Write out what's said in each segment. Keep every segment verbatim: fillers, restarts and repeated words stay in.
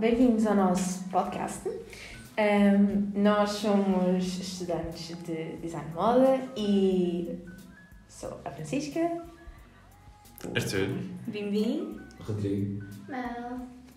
bem-vindos ao nosso podcast. Um, nós somos estudantes de Design de Moda e sou a Francisca, Arthur, Bimbim, Rodrigo, Mel.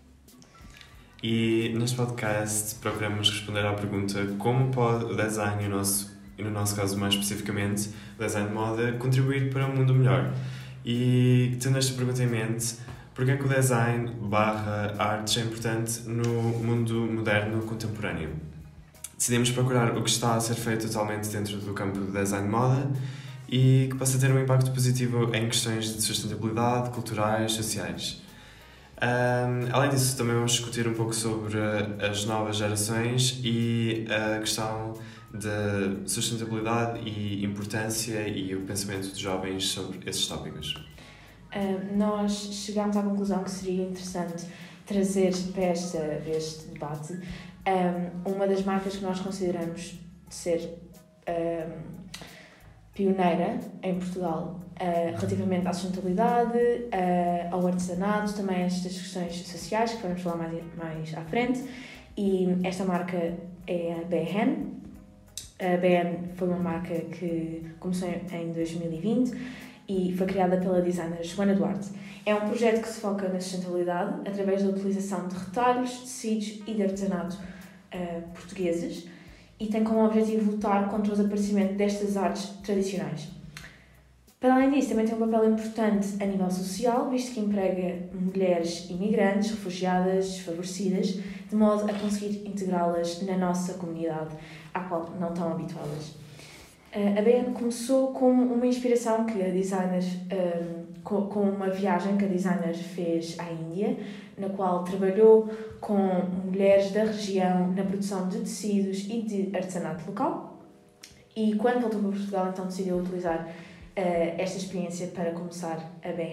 E neste podcast procuramos responder à pergunta como pode o design, e, o nosso, e no nosso caso mais especificamente, o design de moda, contribuir para um mundo melhor. E tendo esta pergunta em mente, porquê é que o design barra artes é importante no mundo moderno contemporâneo? Decidimos procurar o que está a ser feito atualmente dentro do campo do design de moda e que possa ter um impacto positivo em questões de sustentabilidade, culturais, sociais. Um, além disso, também vamos discutir um pouco sobre as novas gerações e a questão de sustentabilidade e importância e o pensamento dos jovens sobre esses tópicos. Um, nós chegámos à conclusão que seria interessante trazer para, esta, para este debate um, uma das marcas que nós consideramos ser um, pioneira em Portugal uh, relativamente à sustentabilidade, uh, ao artesanato, também a estas questões sociais que vamos falar mais, mais à frente. E esta marca é a B N. A B N foi uma marca que começou em dois mil e vinte e foi criada pela designer Joana Duarte. É um projeto que se foca na sustentabilidade através da utilização de retalhos, tecidos e de artesanato uh, portugueses, e tem como objetivo lutar contra o desaparecimento destas artes tradicionais. Para além disso, também tem um papel importante a nível social, visto que emprega mulheres imigrantes, refugiadas, desfavorecidas, de modo a conseguir integrá-las na nossa comunidade, à qual não estão habituadas. A B N começou com uma inspiração que a designer, com uma viagem que a designer fez à Índia, na qual trabalhou com mulheres da região na produção de tecidos e de artesanato local. E quando voltou para Portugal, então decidiu utilizar esta experiência para começar a B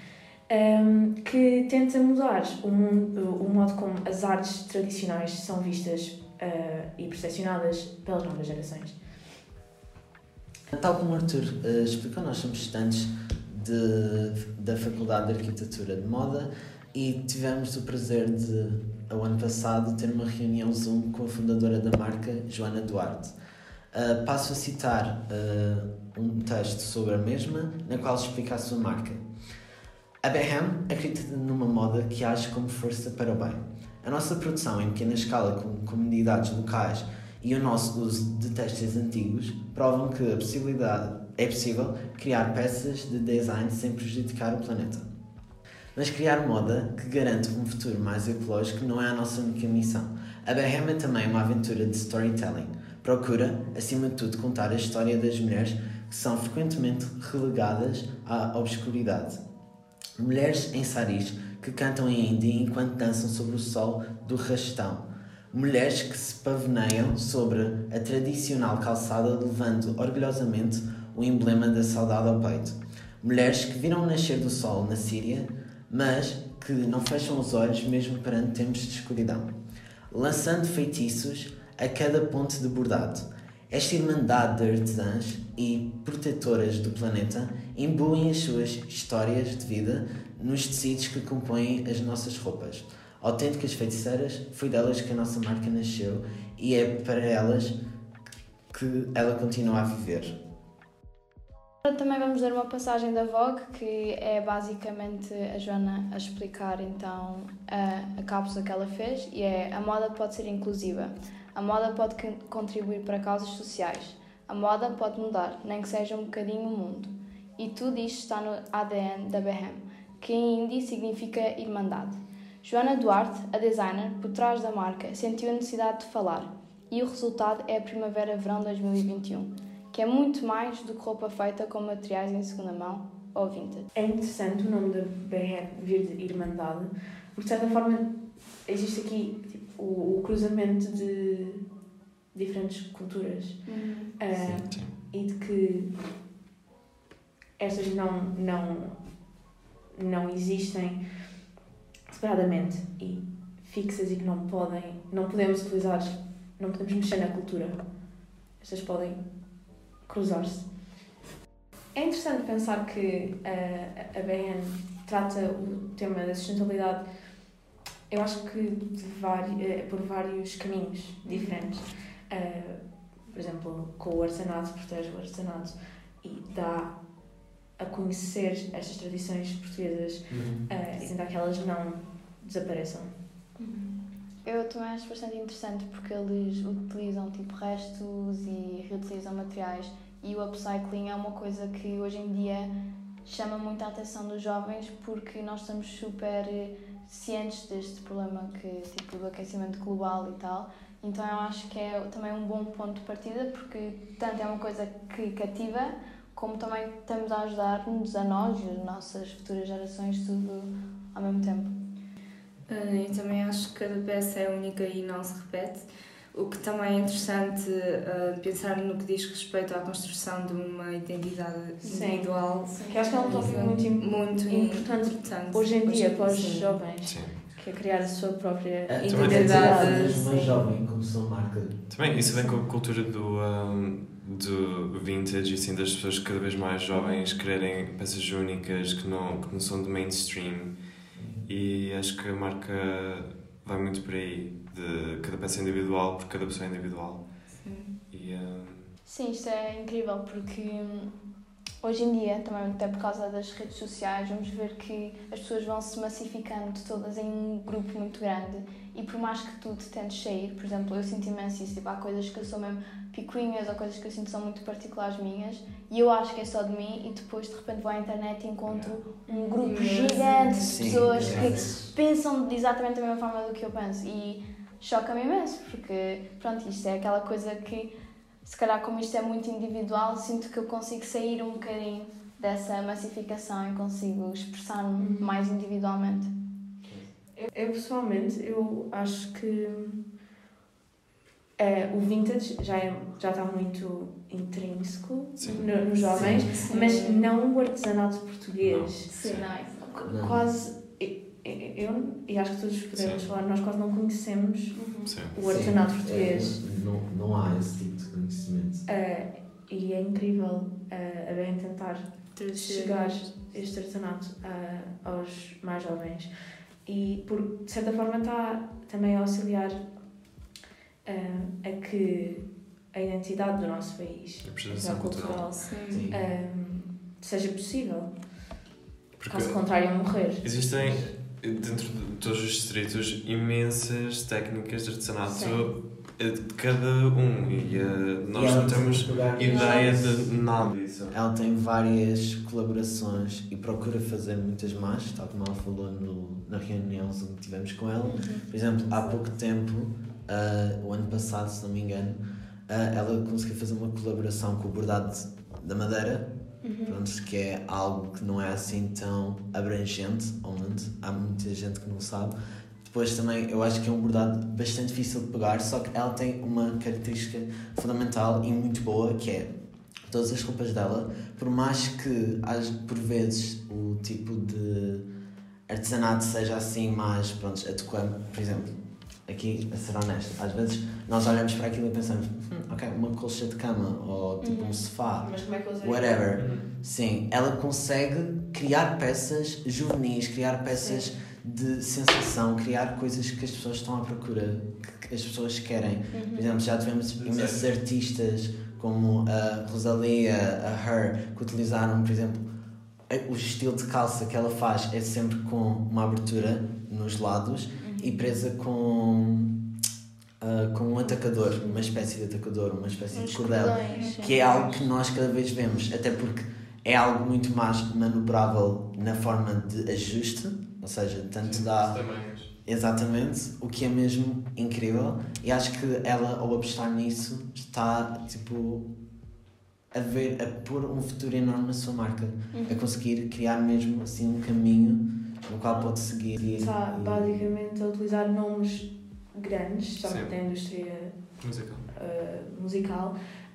N, que tenta mudar o, mundo, o modo como as artes tradicionais são vistas e percepcionadas pelas novas gerações. Tal como o Arthur uh, explicou, nós somos estudantes de, da Faculdade de Arquitetura de Moda e tivemos o prazer de, ao ano passado, ter uma reunião Zoom com a fundadora da marca, Joana Duarte. Uh, passo a citar uh, um texto sobre a mesma, na qual explica a sua marca. A B H M acredita numa moda que age como força para o bem. A nossa produção em pequena escala com comunidades locais e o nosso uso de têxteis antigos provam que a possibilidade, é possível criar peças de design sem prejudicar o planeta. Mas criar moda que garante um futuro mais ecológico não é a nossa única missão. A B H M é também uma aventura de storytelling. Procura, acima de tudo, contar a história das mulheres que são frequentemente relegadas à obscuridade. Mulheres em saris que cantam em hindi enquanto dançam sobre o sol do rastão. Mulheres que se pavoneiam sobre a tradicional calçada levando orgulhosamente o emblema da saudade ao peito. Mulheres que viram o nascer do sol na Síria, mas que não fecham os olhos mesmo perante tempos de escuridão. Lançando feitiços a cada ponto de bordado. Esta irmandade de artesãs e protetoras do planeta imbuem as suas histórias de vida nos tecidos que compõem as nossas roupas. Autênticas feiticeiras, foi delas que a nossa marca nasceu e é para elas que ela continua a viver. Também vamos dar uma passagem da Vogue, que é basicamente a Joana a explicar então a, a cápsula que ela fez, e é: a moda pode ser inclusiva, a moda pode contribuir para causas sociais, a moda pode mudar, nem que seja um bocadinho o mundo. E tudo isto está no A D N da B H M, que em hindi significa irmandade. Joana Duarte, a designer por trás da marca, sentiu a necessidade de falar, e o resultado é a Primavera-Verão dois mil e vinte e um, que é muito mais do que roupa feita com materiais em segunda mão ou vintage. É interessante o nome da B R vir de Irmandade, porque de certa forma existe aqui tipo, o, o cruzamento de diferentes culturas. Uhum. Uh, Sim, sim. E de que estas não, não, não existem separadamente e fixas, e que não podem, não podemos utilizar, não podemos mexer na cultura. Estas podem cruzar-se. É interessante pensar que a, a B N trata o tema da sustentabilidade eu acho que de vari, é por vários caminhos diferentes. Uh, por exemplo, com o artesanato, protege o artesanato e dá a conhecer estas tradições portuguesas Uhum. uh, e tentar que elas não desapareçam. Eu também acho bastante interessante porque eles utilizam tipo restos e reutilizam materiais, e o upcycling é uma coisa que hoje em dia chama muito a atenção dos jovens, porque nós estamos super cientes deste problema que, tipo, do aquecimento global e tal. Então eu acho que é também um bom ponto de partida, porque tanto é uma coisa que cativa, como também estamos a ajudar-nos a nós e as nossas futuras gerações, tudo ao mesmo tempo. Uh, eu também acho que cada peça é única e não se repete. O que também é interessante uh, pensar no que diz respeito à construção de uma identidade Sim. individual. Sim. Que acho que é um tópico muito, muito importante, importante hoje em dia para os sim. jovens, Sim. que é criar a sua própria É, identidade. Mesmo mais jovem começou a marca. Também isso vem com a cultura do, um, do vintage e assim, das pessoas cada vez mais jovens quererem peças únicas que não, que não são do mainstream, e acho que a marca vai muito por aí, de cada peça individual, porque cada pessoa é individual. Sim. E, um... Sim, isto é incrível porque hum, hoje em dia, também até por causa das redes sociais, vamos ver que as pessoas vão se massificando todas em um grupo muito grande, e por mais que tu te tentes sair, por exemplo, eu sinto imenso isso, tipo, há coisas que eu sou mesmo picuinhas ou coisas que eu sinto que são muito particulares minhas e eu acho que é só de mim, e depois de repente vou à internet e encontro um grupo gigante de Sim, pessoas é. que pensam de exatamente da mesma forma do que eu penso, e choca-me imenso, porque pronto, isto é aquela coisa que, se calhar como isto é muito individual, sinto que eu consigo sair um bocadinho dessa massificação e consigo expressar-me mais individualmente. Eu, eu pessoalmente, eu acho que é, o vintage já, é, já está muito intrínseco no, nos jovens, Sim, sim. mas não o artesanato português. Não. Sim, Qu- Não. Quase, eu, eu, e acho que todos podemos Sim. falar, nós quase não conhecemos Sim. o artesanato Sim, português. é, não, não há esse tipo de conhecimento. Uh, e é incrível uh, a bem tentar chegar este artesanato uh, aos mais jovens, e por, de certa forma está também a auxiliar uh, a que a identidade do nosso país, A preservação cultural. Sim. um, seja possível. Porque Caso contrário, morrer. existem, dentro de todos os distritos, imensas técnicas de artesanato Sim. de cada um, e uh, nós E ela não temos tem lugar- ideia de nada disso. Ela tem várias colaborações e procura fazer muitas mais, tal como ela falou no, na reunião que tivemos com ela. Por exemplo, há pouco tempo, uh, o ano passado, se não me engano, uh, ela conseguiu fazer uma colaboração com o bordado da Madeira, Uhum. pronto, que é algo que não é assim tão abrangente ao mundo, há muita gente que não sabe. Depois também, eu acho que é um bordado bastante difícil de pegar, só que ela tem uma característica fundamental e muito boa, que é todas as roupas dela, por mais que por vezes o tipo de artesanato seja assim mais, pronto, adequado, por exemplo, aqui, a ser honesto, às vezes nós olhamos para aquilo e pensamos, hum, ok, uma colcha de cama, ou tipo um sofá, Mas como é que eu usei? whatever. Sim, ela consegue criar peças juvenis, criar peças Sim. de sensação, criar coisas que as pessoas estão à procura, que as pessoas querem. Por exemplo, já tivemos imensos artistas como a Rosalia, a Her, que utilizaram, por exemplo, o estilo de calça que ela faz é sempre com uma abertura nos lados e presa com, uh, com um atacador, uma espécie de atacador, uma espécie de cordel, que é algo que nós cada vez vemos, até porque é algo muito mais manobrável na forma de ajuste, ou seja, tanto dá exatamente, o que é mesmo incrível, e acho que ela, ao apostar nisso, está tipo a ver, a pôr um futuro enorme na sua marca, a conseguir criar mesmo assim um caminho no qual pode seguir. Está e- basicamente a utilizar nomes grandes, Sim. da indústria Musical. uh, musical,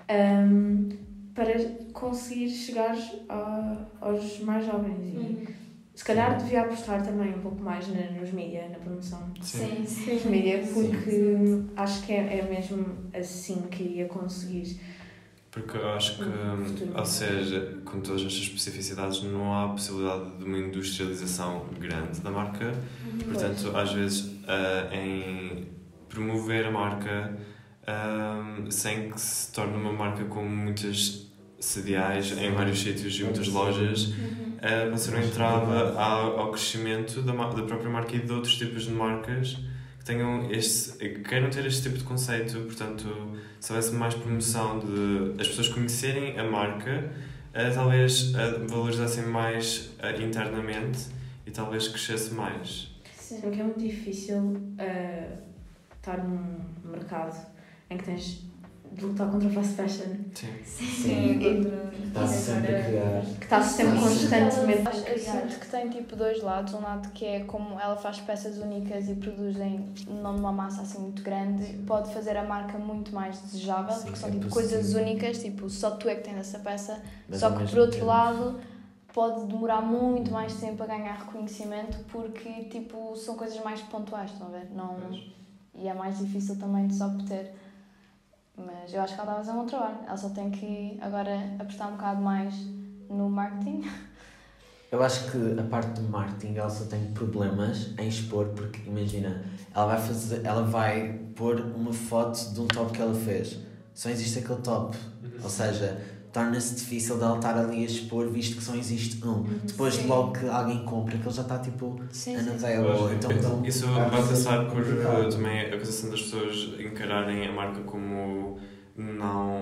um, para conseguir chegar a, aos mais jovens. E, se calhar devia apostar também um pouco mais na, nos mídias, na promoção Sim, sim. dos mídias, porque Sim. acho que é, é mesmo assim que ia conseguir Porque eu acho que, Hum, ou seja, com todas estas especificidades, não há possibilidade de uma industrialização grande da marca. Portanto, às vezes, uh, em promover a marca um, sem que se torne uma marca com muitas sediais em vários sítios e muitas lojas, uh, vai ser uma entrada ao, ao crescimento da, da própria marca e de outros tipos de marcas que tenham este, que queiram ter este tipo de conceito. Portanto, se houvesse mais promoção de as pessoas conhecerem a marca, uh, talvez uh, valorizassem mais uh, internamente e talvez crescesse mais. Sim, porque é muito difícil uh, estar num mercado em que tens de lutar contra o fast fashion, Sim. Sim, contra... Está sempre a criar. que está sempre constantemente a Eu criar. sinto que tem tipo dois lados. Um lado que é como ela faz peças únicas e produzem não numa massa assim muito grande, pode fazer a marca muito mais desejável, Sim, porque são é tipo possível. coisas únicas, tipo só tu é que tens essa peça. Mas Só ao que mesmo por outro tempo- lado pode demorar muito mais tempo a ganhar reconhecimento porque tipo são coisas mais pontuais, estão a ver? Não... E é mais difícil também de se obter. Mas eu acho que ela está a fazer um bom trabalho. Ela só tem que agora apostar um bocado mais no marketing. Eu acho que a parte do marketing ela só tem problemas em expor, porque imagina, ela vai fazer, ela vai pôr uma foto de um top que ela fez. Só existe aquele top. Ou seja, torna-se difícil dela estar ali a expor, visto que só existe um. Depois Sim. logo que alguém compra, que ele já está tipo Sim, sim. unavailable. Então, então Isso vai vai ser passar por complicado. uh, também a acusação das pessoas encararem a marca como não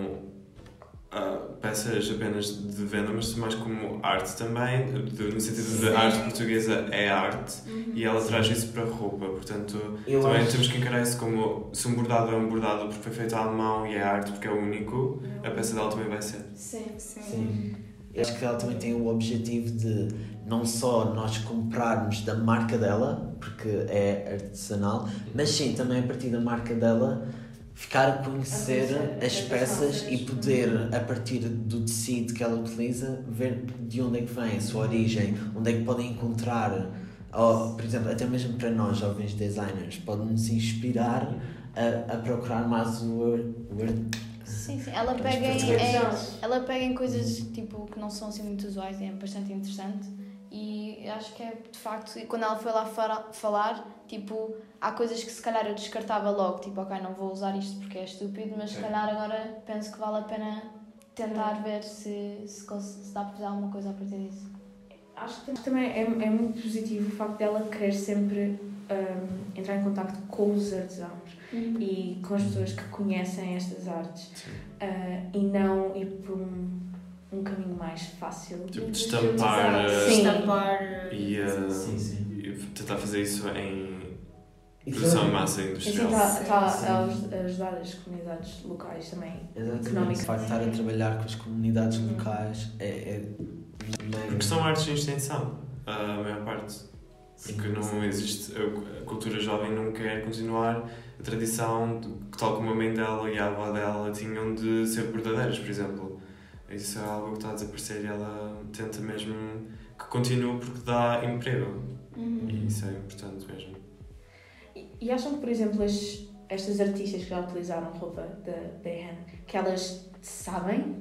uh, peças apenas de venda, mas mais como arte também, de, no sentido de Sim. a arte portuguesa é arte e ela traz isso para a roupa. Portanto, Eu também acho- temos que encarar isso como se um bordado é um bordado porque foi feito à mão e é arte porque é único, a peça dela também vai ser. Sim. Sim. Sim. Eu acho que ela também tem o objetivo de não só nós comprarmos da marca dela, porque é artesanal, mas sim também a partir da marca dela ficar a conhecer A conhecer as as peças peças. e poder, a partir do tecido que ela utiliza, ver de onde é que vem a sua origem, onde é que podem encontrar, ou, por exemplo, até mesmo para nós, jovens designers, pode-nos inspirar a, a procurar mais o, o Sim, sim. Ela Mas pega, em, português. é, ela pega em coisas tipo, que não são assim muito usuais e é bastante interessante. E acho que é de facto, e quando ela foi lá fara- falar, tipo, há coisas que se calhar eu descartava logo, tipo, ok, não vou usar isto porque é estúpido, mas se calhar agora penso que vale a pena tentar ver se, se, cons- se dá para fazer alguma coisa a partir disso. Acho que também é, é muito positivo o facto dela querer sempre um, entrar em contacto com os artesãos e com as pessoas que conhecem estas artes uh, e não ir por um, um caminho mais fácil. Tipo, de estampar uh, Sim. Estampar. e, uh, Sim, sim. e tentar fazer isso em E produção de também- massa Assim industrial. está Sim. a aj- a ajudar as comunidades locais também. Exatamente, Económica. o facto de estar a trabalhar com as comunidades Uhum. locais é, é meio... Porque são artes em extensão, a maior parte. Porque não existe. A cultura jovem não quer continuar a tradição, de, que tal como a mãe dela e a avó dela tinham de ser bordadeiras, por exemplo. Isso é algo que está a desaparecer e ela tenta mesmo que continue porque dá emprego. E isso é importante mesmo. E, e acham que, por exemplo, as, estas artistas que já utilizaram roupa da Behan, que elas sabem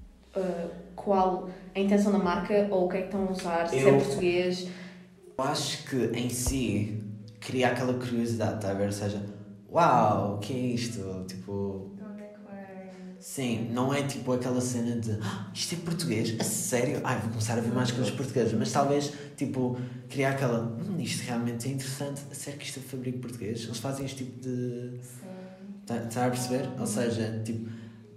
uh, qual a intenção da marca ou o que é que estão a usar, se é Eu- português? Eu acho que em si cria aquela curiosidade, tá a ver? Ou seja, uau, o que é isto? Tipo, Onde é que vai? sim, não é tipo aquela cena de ah, isto é português? A sério? Ai, vou começar a ver mais coisas portuguesas. Mas talvez, tipo, criar aquela hum, isto realmente é interessante. A sério que isto é fabrico português? Eles fazem este tipo de... Sim. Está tá a perceber? Ou seja, tipo,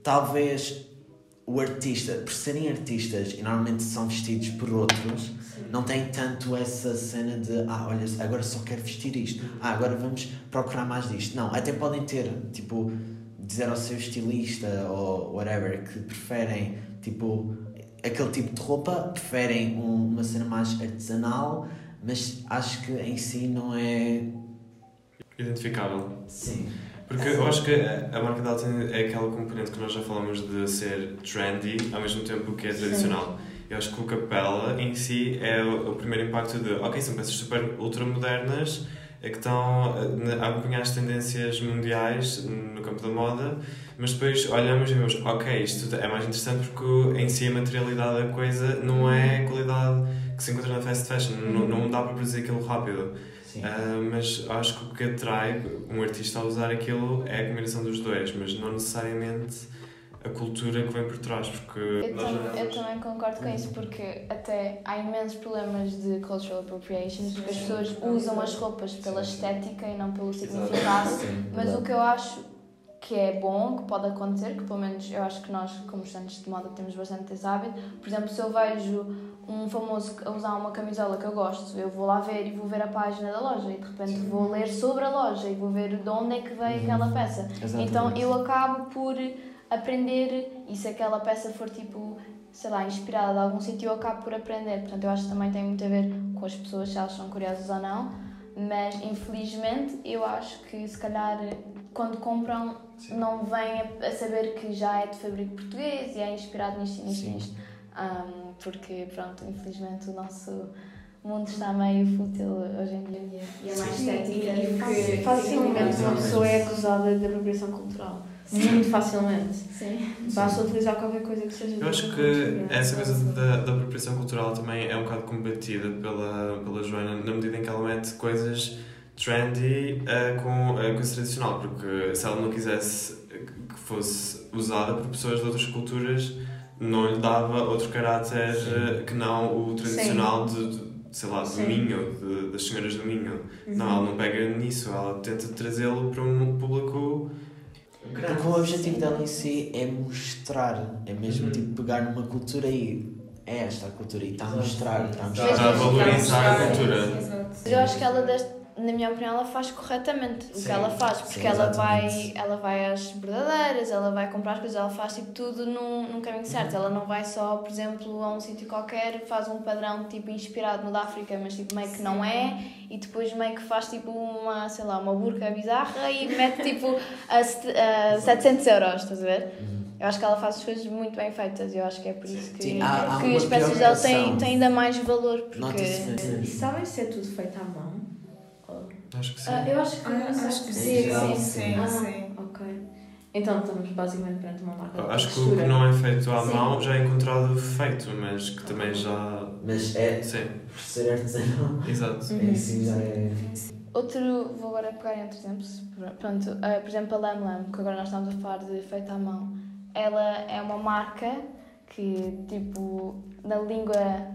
talvez o artista, por serem artistas e normalmente são vestidos por outros, não tem tanto essa cena de ah, olha, agora só quero vestir isto, ah, agora vamos procurar mais disto. Não, até podem ter, tipo, dizer ao seu estilista ou whatever que preferem, tipo, aquele tipo de roupa, preferem um, uma cena mais artesanal, mas acho que em si não é... Identificável. Sim. Porque eu acho que a marca dela tem, é aquela componente que nós já falamos de ser trendy, ao mesmo tempo que é tradicional. Eu acho que o Capela em si é o, o primeiro impacto de, ok, são peças super ultramodernas, é que estão a acompanhar as tendências mundiais no campo da moda, mas depois olhamos e vemos, ok, isto é mais interessante porque em si a materialidade da coisa não é a qualidade que se encontra na fast fashion, não, não dá para produzir aquilo rápido. Uh, mas acho que o que atrai um artista a usar aquilo é a combinação dos dois, mas não necessariamente a cultura que vem por trás, porque eu, nós tam olhamos... eu também concordo com isso, porque até há imensos problemas de cultural appropriation, porque as pessoas usam as roupas pela estética e não pelo significado, mas o que eu acho que é bom, que pode acontecer, que pelo menos eu acho que nós, como estudantes de moda, temos bastante esse hábito. Por exemplo, se eu vejo um famoso a usar uma camisola que eu gosto, eu vou lá ver e vou ver a página da loja e de repente vou ler sobre a loja e vou ver de onde é que veio aquela peça. Exatamente. Então eu acabo por aprender, e se aquela peça for tipo, sei lá, inspirada de algum sítio, eu acabo por aprender. Portanto, eu acho que também tem muito a ver com as pessoas, se elas são curiosas ou não, mas infelizmente eu acho que se calhar quando compram não vêm a saber que já é de fabrico português e é inspirado nisto e nisto e nisto. Um, porque, pronto, infelizmente o nosso mundo está meio fútil hoje em dia. E é mais estética. E facilmente uma pessoa é acusada de apropriação cultural. Sim. Muito facilmente. Sim. Basta utilizar qualquer coisa que seja... Eu acho que essa coisa da, da apropriação cultural também é um bocado combatida pela, pela Joana, na medida em que ela mete coisas trendy uh, com a uh, coisa tradicional, porque se ela não quisesse que fosse usada por pessoas de outras culturas, não lhe dava outro caráter uh, que não o tradicional de, de, sei lá, do Sim. Minho, de, das senhoras do Minho. Uhum. Não, ela não pega nisso, ela tenta trazê-lo para um público... Porque o objetivo dela em si é mostrar, é mesmo uhum. tipo pegar numa cultura e é esta a cultura e está a mostrar, está a mostrar. Está a valorizar a cultura. Mas eu acho que ela, na minha opinião, ela faz corretamente o Sim. que ela faz, porque Sim, ela, vai, ela vai às bordadeiras, ela vai comprar as coisas, ela faz tipo, tudo num, num caminho certo. Ela não vai só, por exemplo, a um sítio qualquer, faz um padrão tipo inspirado no da África, mas tipo meio que não é, e depois meio que faz tipo uma, sei lá, uma burca bizarra e mete tipo a, a setecentos euros, estás a ver? Eu acho que ela faz as coisas muito bem feitas e eu acho que é por isso que, Sim, há, há que as peças dela têm, têm ainda mais valor. Porque... E sabem se é tudo feito à mão? Acho que sim. Ah, eu acho que, ah, acho que sim, sim, sim. sim, ah, sim. Ok. Então estamos basicamente perante uma marca de Acho textura. que o que não é feito à sim. mão já é encontrado feito, mas que também já... Mas é sim. por ser artesanal. Exato. Uhum. Sim, já é... Outro, vou agora pegar em outros exemplos. Pronto, uh, por exemplo a Lam Lam, que agora nós estamos a falar de feito à mão. Ela é uma marca que, tipo, na língua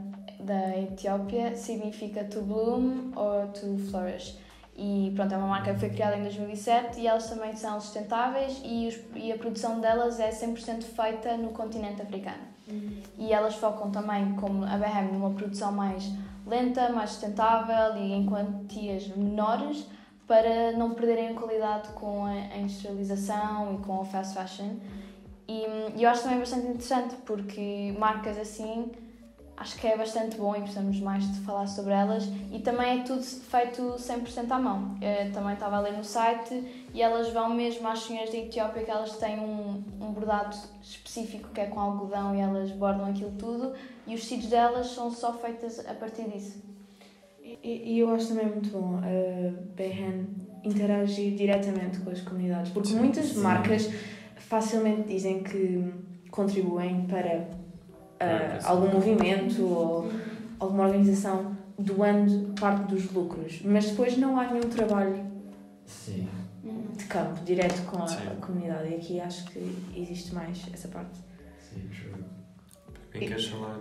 da Etiópia significa to bloom or to flourish. E pronto, é uma marca que foi criada em dois mil e sete e elas também são sustentáveis e, os, e a produção delas é cem por cento feita no continente africano. Uhum. E elas focam também, como a B H M, numa produção mais lenta, mais sustentável e em quantias menores para não perderem a qualidade com a industrialização e com a fast fashion. E, e eu acho também bastante interessante porque marcas assim acho que é bastante bom e precisamos mais de falar sobre elas e também é tudo feito cem por cento à mão. Eu também estava a ler no site e elas vão mesmo às senhoras da Etiópia que elas têm um, um bordado específico que é com algodão e elas bordam aquilo tudo e os tecidos delas são só feitos a partir disso. E, e eu acho também muito bom a B H M interagir diretamente com as comunidades porque sim, muitas sim. marcas facilmente dizem que contribuem para Uh, algum movimento ou alguma organização doando parte dos lucros, mas depois não há nenhum trabalho Sim. de campo, direto com a, a comunidade e aqui acho que existe mais essa parte. Sim, true. Quem queres falar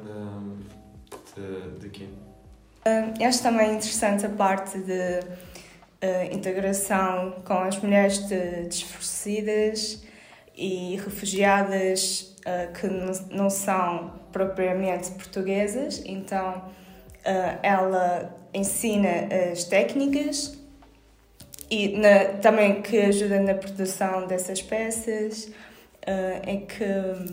de, de, de quê? Uh, acho também interessante a parte de uh, integração com as mulheres de, desfavorecidas e refugiadas uh, que não, não são propriamente portuguesas, então uh, ela ensina as técnicas e na, também que ajuda na produção dessas peças, uh, é que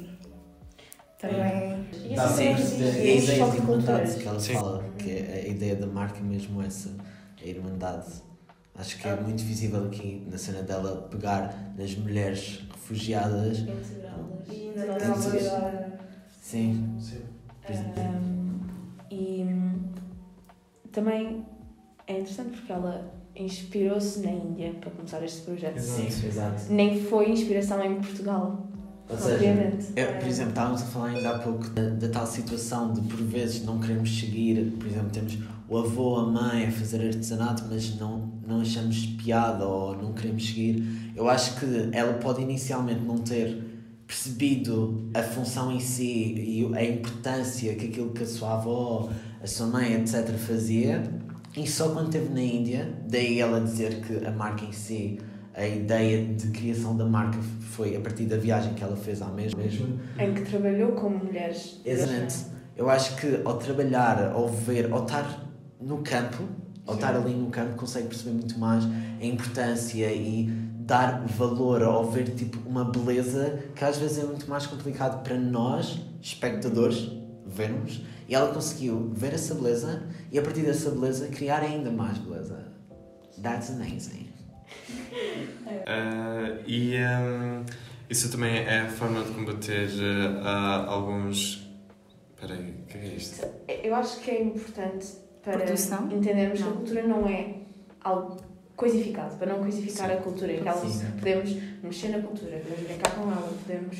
também... É. Dá sempre a ideia de irmandade que ela fala, que é a ideia da marca mesmo essa, a irmandade. Acho que é muito visível aqui na cena dela pegar nas mulheres refugiadas e integrá-las. Sim. Sim. Um, e também é interessante porque ela inspirou-se na Índia para começar este projeto. Sim, exato. Nem foi inspiração em Portugal. Ou seja, obviamente. eu, por exemplo, estávamos a falar ainda há pouco da, da tal situação de por vezes não queremos seguir, por exemplo, temos o avô, a mãe a fazer artesanato, mas não, não achamos piada ou não queremos seguir. Eu acho que ela pode inicialmente não ter percebido a função em si e a importância que aquilo que a sua avó, a sua mãe, etcétera fazia, e só quando esteve na Índia, daí ela dizer que a marca em si, a ideia de criação da marca foi a partir da viagem que ela fez à mesma. Em que trabalhou com mulheres. Exatamente. Eu acho que ao trabalhar, ao ver, ao estar no campo, ao estar ali no campo, consegue perceber muito mais a importância e dar valor ao ver tipo uma beleza que às vezes é muito mais complicado para nós, espectadores, vermos. E ela conseguiu ver essa beleza e a partir dessa beleza criar ainda mais beleza. That's amazing. Uh, e um, isso também é a forma de combater uh, alguns... Espera aí, o que é isto? Eu acho que é importante para Produção? entendermos Não. que a cultura não é algo coisificado, para não coisificar Sim. a cultura. Que ela, Sim. podemos mexer na cultura, podemos brincar com ela, podemos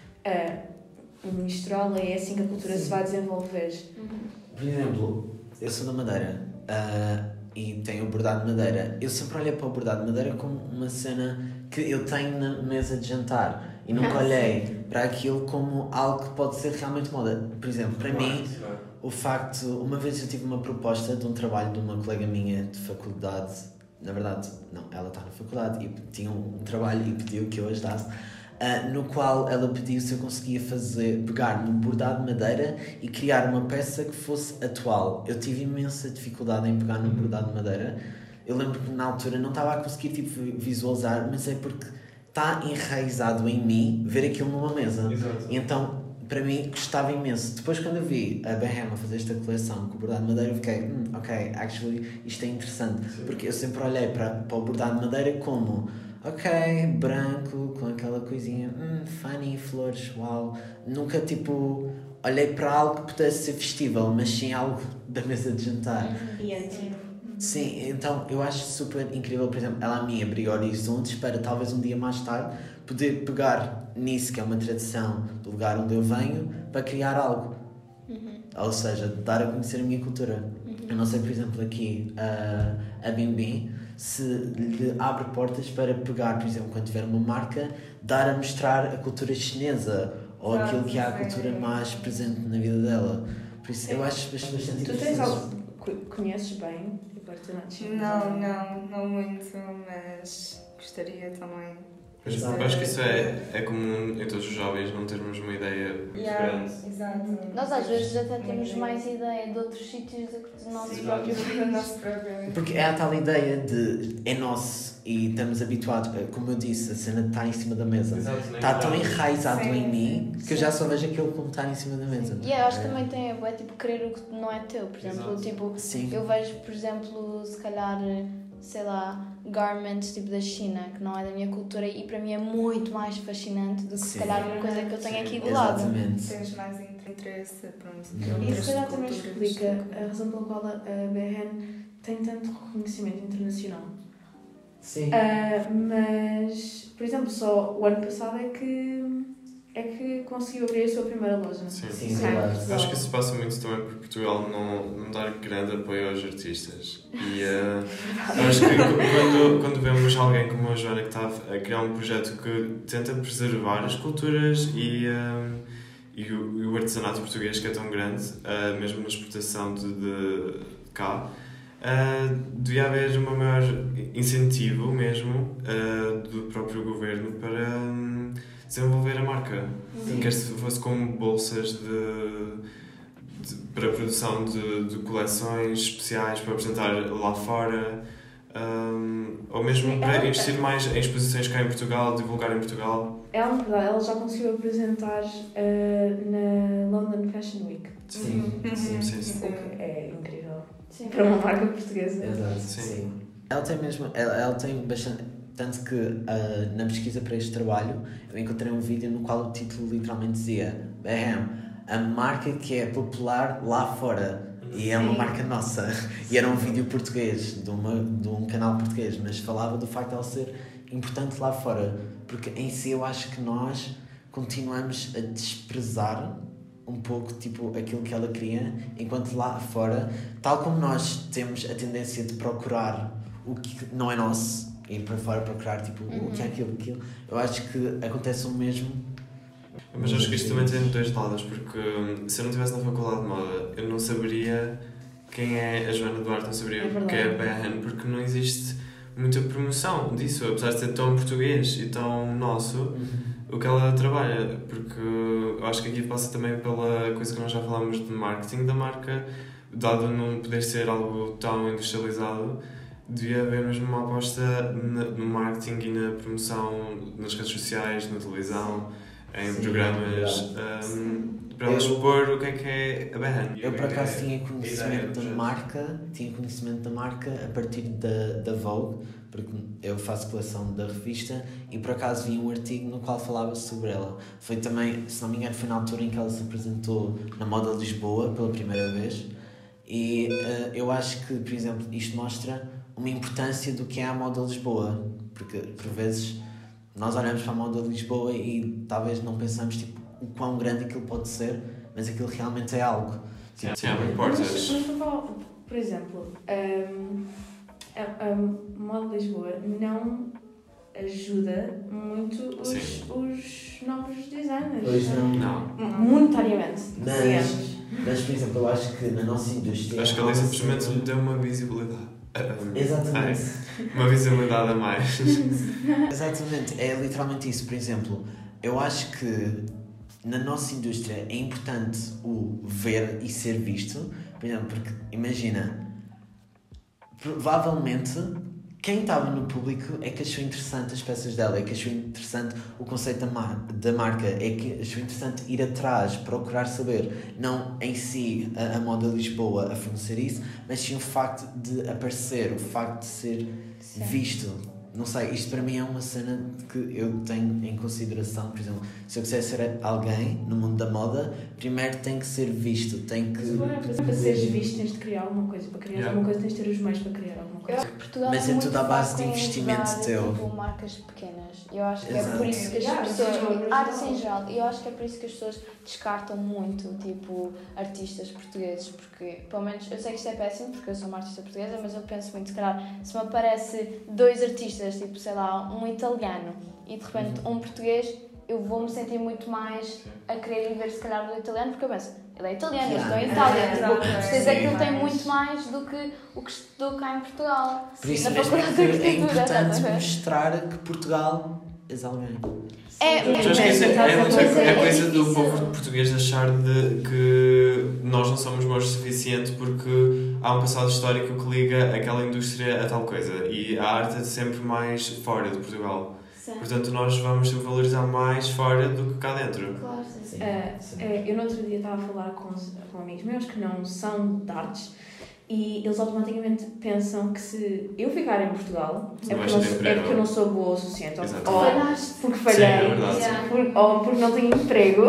uh, misturá-la e é assim que a cultura Sim. se vai desenvolver. Por exemplo, eu sou da Madeira uh, e tenho o bordado de madeira. Eu sempre olhei para o bordado de madeira como uma cena que eu tenho na mesa de jantar e nunca Ah, olhei para aquilo como algo que pode ser realmente moda. Por exemplo, para mim, o facto... Uma vez eu tive uma proposta de um trabalho de uma colega minha de faculdade. Na verdade, não, ela está na faculdade e tinha um, um trabalho e pediu que eu ajudasse. Uh, no qual ela pediu se eu conseguia fazer, pegar no bordado de madeira e criar uma peça que fosse atual. Eu tive imensa dificuldade em pegar no bordado de madeira. Eu lembro que na altura não estava a conseguir tipo, visualizar, mas é porque está enraizado em mim ver aquilo numa mesa. Exato. E então, para mim, gostava imenso. Depois, quando eu vi a Behema fazer esta coleção com o bordado de madeira, eu fiquei, hum, ok, actually, isto é interessante. Sim. Porque eu sempre olhei para, para o bordado de madeira como... Ok, branco, com aquela coisinha, hum, funny, flores, uau. Nunca, tipo, olhei para algo que pudesse ser vestível, mas sim algo da mesa de jantar. E antigo. Sim, então eu acho super incrível, por exemplo, ela a mim abrir horizontes para talvez um dia mais tarde poder pegar nisso, que é uma tradição do lugar onde eu venho, para criar algo. Uhum. Ou seja, dar a conhecer a minha cultura. Uhum. Eu não sei, por exemplo, aqui a, a Bim se lhe abre portas para pegar, por exemplo, quando tiver uma marca, dar a mostrar a cultura chinesa ou Exato, aquilo que é a sim. cultura mais presente na vida dela. Por isso, eu acho bastante Tu interessante. tens algo que conheces bem? Tipo, artesanato chinês? Não, não, não muito, mas gostaria também. Mas Exato. eu acho que isso é, é comum em todos os jovens não termos uma ideia muito grande. Exato. Nós às vezes até temos mais ideia de outros sítios do que do nosso Sim. próprio do país. nosso próprio. Porque é a tal ideia de é nosso e estamos habituados, como eu disse, a cena está em cima da mesa. Exato, Está tão enraizado Sim, em mim sim. que eu já só vejo aquilo como está em cima da mesa. E eu acho que É. também tem é tipo querer o que não é teu, por exemplo, Exato. tipo, Sim. eu vejo, por exemplo, se calhar, sei lá, garments tipo da China, que não é da minha cultura e para mim é muito mais fascinante do que se Sim. calhar uma coisa que eu tenho Sim. aqui do lado. Exatamente. Tens mais interesse, pronto. E que E outras se calhar também culturas. explica a razão pela qual a B R N tem tanto reconhecimento internacional. Sim. Ah, mas, por exemplo, só o ano passado é que, é que conseguiu abrir a sua primeira loja. Sim. Sim, Cá em verdade. Portugal. Acho que isso passa muito também por Portugal não, não dar grande apoio aos artistas. E uh, acho que quando, quando vemos alguém como a Joana que está a criar um projeto que tenta preservar as culturas e, uh, e, o, e o artesanato português que é tão grande, uh, mesmo na exportação de, de cá, uh, devia haver um maior incentivo mesmo uh, do próprio governo para um, desenvolver a marca. Sim. Quer se fosse como bolsas de, de, para a produção de, de coleções especiais para apresentar lá fora, um, ou mesmo Sim, para ela- investir mais em exposições cá em Portugal, divulgar em Portugal. Ela, na verdade, ela já conseguiu apresentar ah, na London Fashion Week. Sim. Uhum. Sim, sim, sim. O que é incrível Sim. para uma marca portuguesa. Exato, Sim. sim. Ela tem mesmo, ela, ela tem bastante, tanto que uh, na pesquisa para este trabalho eu encontrei um vídeo no qual o título literalmente dizia Beham, a marca que é popular lá fora. E é uma Sim. marca nossa. E era um vídeo português, de, uma, de um canal português, mas falava do facto de ela ser importante lá fora. Porque em si eu acho que nós continuamos a desprezar um pouco tipo aquilo que ela queria, enquanto lá fora, tal como nós temos a tendência de procurar o que não é nosso, ir para fora procurar tipo Uhum. o que é aquilo, aquilo, eu acho que acontece o mesmo. Mas acho que isto também tem dois lados, porque hum, se eu não estivesse na faculdade de moda, eu não saberia quem é a Joana Duarte, não saberia É o que é a verdade. Berran, porque não existe muita promoção disso, apesar de ser tão português e tão nosso, o que ela trabalha, porque eu acho que aqui passa também pela coisa que nós já falámos de marketing da marca, dado não poder ser algo tão industrializado, devia haver mesmo uma aposta na- no marketing e na promoção nas redes sociais, na televisão, em Sim, programas, é um, para ela expor o que é que é a Berran. Eu por acaso tinha A ideia do conhecimento da projeto. marca, tinha conhecimento da marca a partir da, da Vogue, porque eu faço coleção da revista e por acaso vi um artigo no qual falava sobre ela. Foi também, se não me engano, foi na altura em que ela se apresentou na Moda Lisboa pela primeira vez e uh, eu acho que, por exemplo, isto mostra uma importância do que é a Moda Lisboa, porque por vezes nós olhamos para a Moda Lisboa e talvez não pensamos tipo, o quão grande aquilo pode ser, mas aquilo realmente é algo. Tipo, Sim, abre Mas, portas. mas por, falar- por exemplo, hum, a, a Moda Lisboa não ajuda muito os, Sim. os novos designers. Pois não. Não. M- Monetariamente, Mas- digamos. Mas, por exemplo, eu acho que na nossa indústria... Acho que há ela uma simplesmente cena- lhe deu uma visibilidade. Um, Exatamente. ai, uma visibilidade a mais. Exatamente. É literalmente isso. Por exemplo, eu acho que na nossa indústria é importante o ver e ser visto. Por exemplo, porque imagina, provavelmente quem estava no público é que achou interessante as peças dela, é que achou interessante o conceito da, mar da marca, é que achou interessante ir atrás, procurar saber, não em si a, a Moda Lisboa a fornecer isso, mas sim o facto de aparecer, o facto de ser Sim. visto. Não sei, isto para mim é uma cena que eu tenho em consideração. Por exemplo, se eu quiser ser alguém no mundo da moda, primeiro tem que ser visto, tem que... Mas agora, para seres visto, tens de criar alguma coisa. Para criar Yeah. alguma coisa, tens de ter os meios para criar alguma Eu coisa. acho que Portugal Mas é é muito tudo à base fraco de em investimento ajudar, teu. tipo, marcas pequenas. Eu acho que Exato. é por isso que as Yeah, pessoas... sim, sim. Artes em geral. E eu acho que é por isso que as pessoas descartam muito, tipo, artistas portugueses. Porque, pelo menos, eu sei que isto é péssimo, porque eu sou uma artista portuguesa, mas eu penso muito, se calhar, se me aparece dois artistas, tipo, sei lá, um italiano e de repente um português, eu vou-me sentir muito mais a querer ir ver, se calhar, do italiano, porque eu penso, ele é italiano, eu estou em Yeah. Itália, É, tipo, exato. certeza que ele tem Sim. muito mais do que o que estudou cá em Portugal. Por isso Na mesmo é, faculdade de que é arquitetura, estás a importante ver? mostrar que Portugal és alguém. É, Mas acho que isso é, é, muito a, a coisa do povo português achar de que nós não somos bons o suficiente porque há um passado histórico que liga aquela indústria a tal coisa e a arte é sempre mais fora de Portugal. Sim. Portanto, nós vamos sempre valorizar mais fora do que cá dentro. Claro, sim, sim. Eh, Sim. eh, eu no outro dia estava a falar com, com amigos meus que não são de artes e eles automaticamente pensam que se eu ficar em Portugal é Não porque, vais não, ter sou- é emprego. porque eu não sou boa o suficiente ou, Exato. ou Falhaste. porque Sim, falhei é verdade. Yeah. por- ou porque não tenho emprego.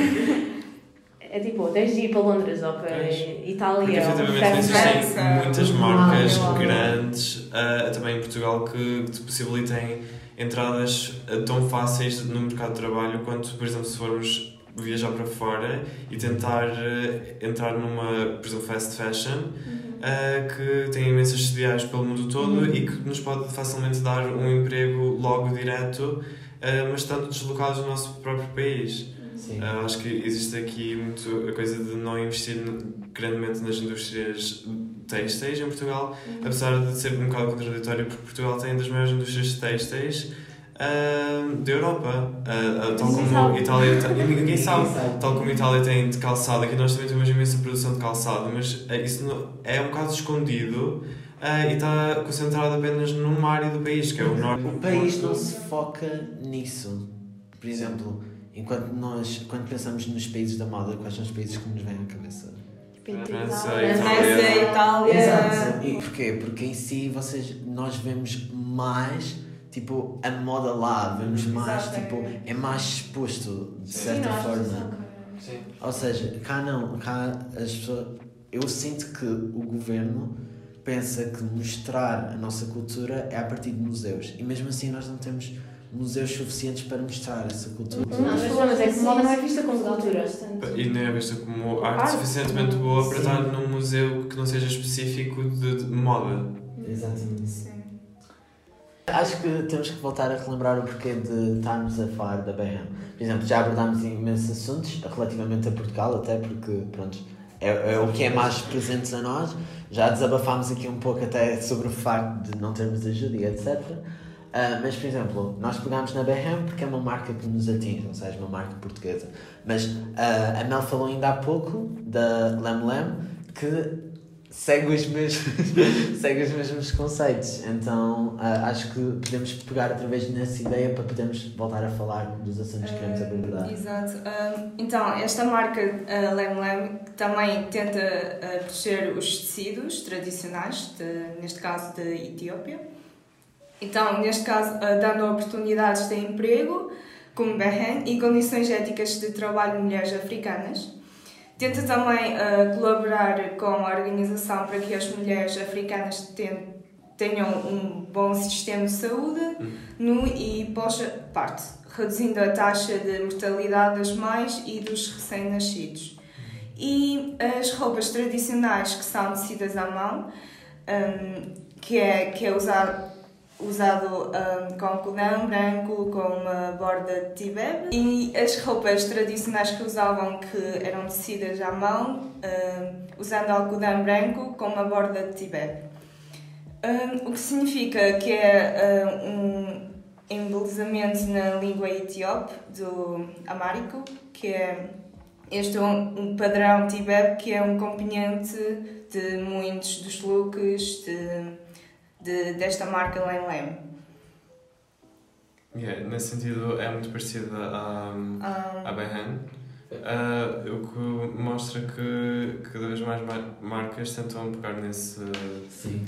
É tipo, tens de ir para Londres ou para Pois. Itália Porque ou efetivamente para existem França. muitas marcas Ah, eu amo. grandes ah, também em Portugal que te possibilitem entradas ah, tão fáceis no mercado de trabalho quanto, por exemplo, se formos viajar para fora e tentar ah, entrar numa, por exemplo, fast fashion ah, que tem imensas sediais pelo mundo todo Uhum. e que nos pode facilmente dar um emprego logo direto, ah, mas estando deslocados do nosso próprio país. Sim. Uh, acho que existe aqui muito a coisa de não investir grandemente nas indústrias têxteis em Portugal, apesar de ser um bocado contraditório, porque Portugal tem das maiores indústrias têxteis uh, da Europa, uh, uh, tal Ninguém como sabe. Itália tem, e ninguém sabe, sabe. tal como Itália tem de calçado, aqui nós também temos imensa produção de calçado, mas uh, isso não, é um bocado escondido uh, e está concentrado apenas numa área do país, que é o norte. O país não se foca nisso. Por exemplo, enquanto nós, quando pensamos nos países da moda, quais são os países que nos vêm à cabeça? França, Itália. Itália. França, Itália. Exato. E porquê? Porque em si vocês, nós vemos mais tipo a moda lá, vemos mais tipo, Exatamente. é mais exposto de Sim. certa Sim, não, acho que forma. são, cara. Sim. Ou seja, cá não, cá as pessoas, eu sinto que o governo pensa que mostrar a nossa cultura é a partir de museus. E mesmo assim nós não temos museus suficientes para mostrar essa cultura. Não, mas, mas é que moda não é vista como cultura. E nem é vista como arte Arte. suficientemente boa para Sim. estar num museu que não seja específico de, de moda. Exatamente. Sim. Acho que temos que voltar a relembrar o porquê de estarmos a falar da Bayham. Por exemplo, já abordámos imensos assuntos relativamente a Portugal, até porque, pronto, é, é o que é mais presente a nós. Já desabafámos aqui um pouco até sobre o facto de não termos ajuda e etcétera. Uh, mas, por exemplo, nós pegámos na Bayham porque é uma marca que nos atinge, ou seja, uma marca portuguesa. Mas uh, a Mel falou ainda há pouco da Lem Lem, que segue os mesmos, segue os mesmos conceitos. Então, uh, acho que podemos pegar outra vez nessa ideia para podermos voltar a falar dos assuntos que queremos abordar. Exato. Um, então, esta marca uh, Lem Lem também tenta uh, proteger os tecidos tradicionais, de, neste caso da Etiópia. Então, neste caso, uh, dando oportunidades de emprego, como Bayham, e condições éticas de trabalho de mulheres africanas. Tenta também uh, colaborar com a organização para que as mulheres africanas ten- tenham um bom sistema de saúde no e pós-parto, reduzindo a taxa de mortalidade das mães e dos recém-nascidos. E as roupas tradicionais que são tecidas à mão, um, que é, que é usado usado um, com algodão branco, com uma borda de tibete, e as roupas tradicionais que usavam, que eram tecidas à mão, um, usando algodão branco com uma borda de tibete. Um, o que significa que é uh, um embelezamento na língua etíope do amárico, que é este é um, um padrão tibete que é um componente de muitos dos looks de De, desta marca Lem Lem. Yeah, nesse sentido é muito parecida à, Um, à Bayham, uh, o que mostra que cada vez mais mar- marcas tentam pegar nesse, Sim.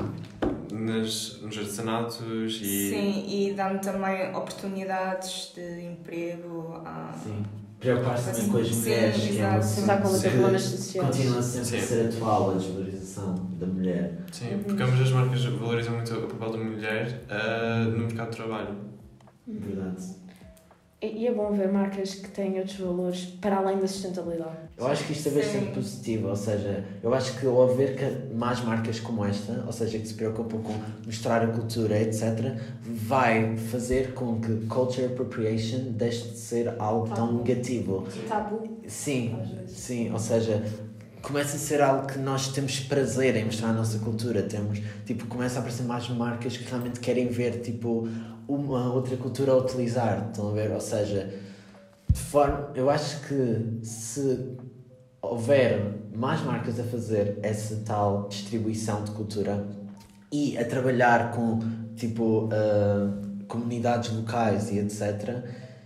nas, nos artesanatos e... sim, e dando também oportunidades de emprego a... Sim. Preocupar-se também com as Sim, mulheres, que é um exato. Tentar assunto combater que problemas sociais. continua sempre Sim. a ser atual, a desvalorização da mulher. Sim, porque ambas as marcas valorizam muito o papel da mulher uh, no mercado de trabalho. Verdade. E e é bom ver marcas que têm outros valores para além da sustentabilidade. Eu acho que isto é bastante Sim. positivo, ou seja, eu acho que ao ver que mais marcas como esta, ou seja, que se preocupam com mostrar a cultura, etcétera, vai fazer com que culture appropriation deixe de ser algo tão Tabu. negativo. Tabu. Sim, Às vezes. sim, ou seja, começa a ser algo que nós temos prazer em mostrar a nossa cultura, temos, tipo, começa a aparecer mais marcas que realmente querem ver, tipo, uma outra cultura a utilizar, estão a ver? Ou seja, de forma, eu acho que se houver mais marcas a fazer essa tal distribuição de cultura e a trabalhar com, tipo, uh, comunidades locais e etcétera,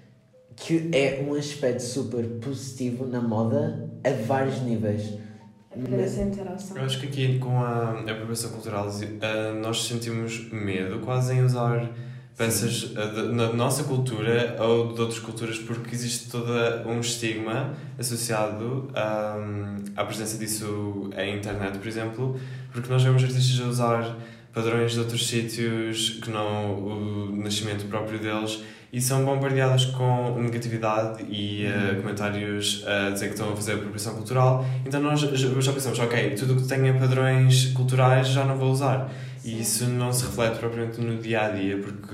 que é um aspecto super positivo na moda a vários níveis. Haver essa interação. Eu acho que aqui com a apropriação cultural uh, nós sentimos medo quase em usar peças uh, da na nossa cultura ou de outras culturas porque existe todo um estigma associado um, à presença disso em internet, por exemplo, porque nós vemos artistas a usar padrões de outros sítios que não o nascimento próprio deles e são bombardeados com negatividade e uh, comentários a dizer que estão a fazer apropriação cultural. Então nós já, já pensamos, ok, tudo o que tenha padrões culturais já não vou usar. E isso não se reflete propriamente no dia-a-dia, porque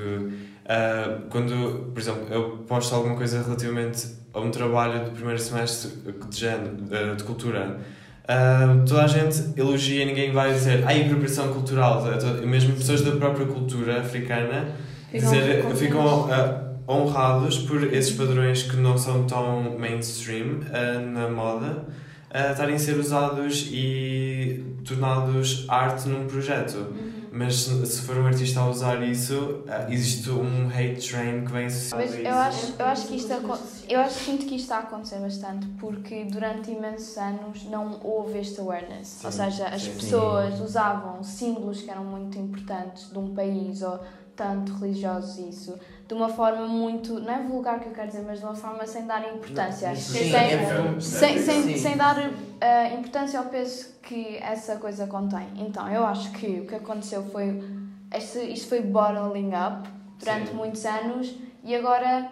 uh, quando, por exemplo, eu posto alguma coisa relativamente a um trabalho do primeiro semestre de género, uh, de cultura, uh, toda a gente elogia e ninguém vai dizer ai, apropriação cultural. Mesmo pessoas da própria cultura africana dizer, ficam uh, honrados por esses padrões que não são tão mainstream uh, na moda uh, estarem a ser usados e tornados arte num projeto. Uhum. Mas se for um artista a usar isso, uh, existe um hate train que vem associado Mas a isso. eu acho, eu acho que isto aco- eu acho sinto que isto está a acontecer bastante porque durante imensos anos não houve este awareness. Sim, ou seja, as sim. pessoas usavam símbolos que eram muito importantes de um país ou tanto religiosos isso, de uma forma muito, não é vulgar que eu quero dizer, mas de uma forma sem dar importância, Sim, sem, é sem, sem, Sim. sem dar a importância ou peso que essa coisa contém. Então, eu acho que o que aconteceu foi... Este, isto foi bottling up durante Sim. muitos anos e agora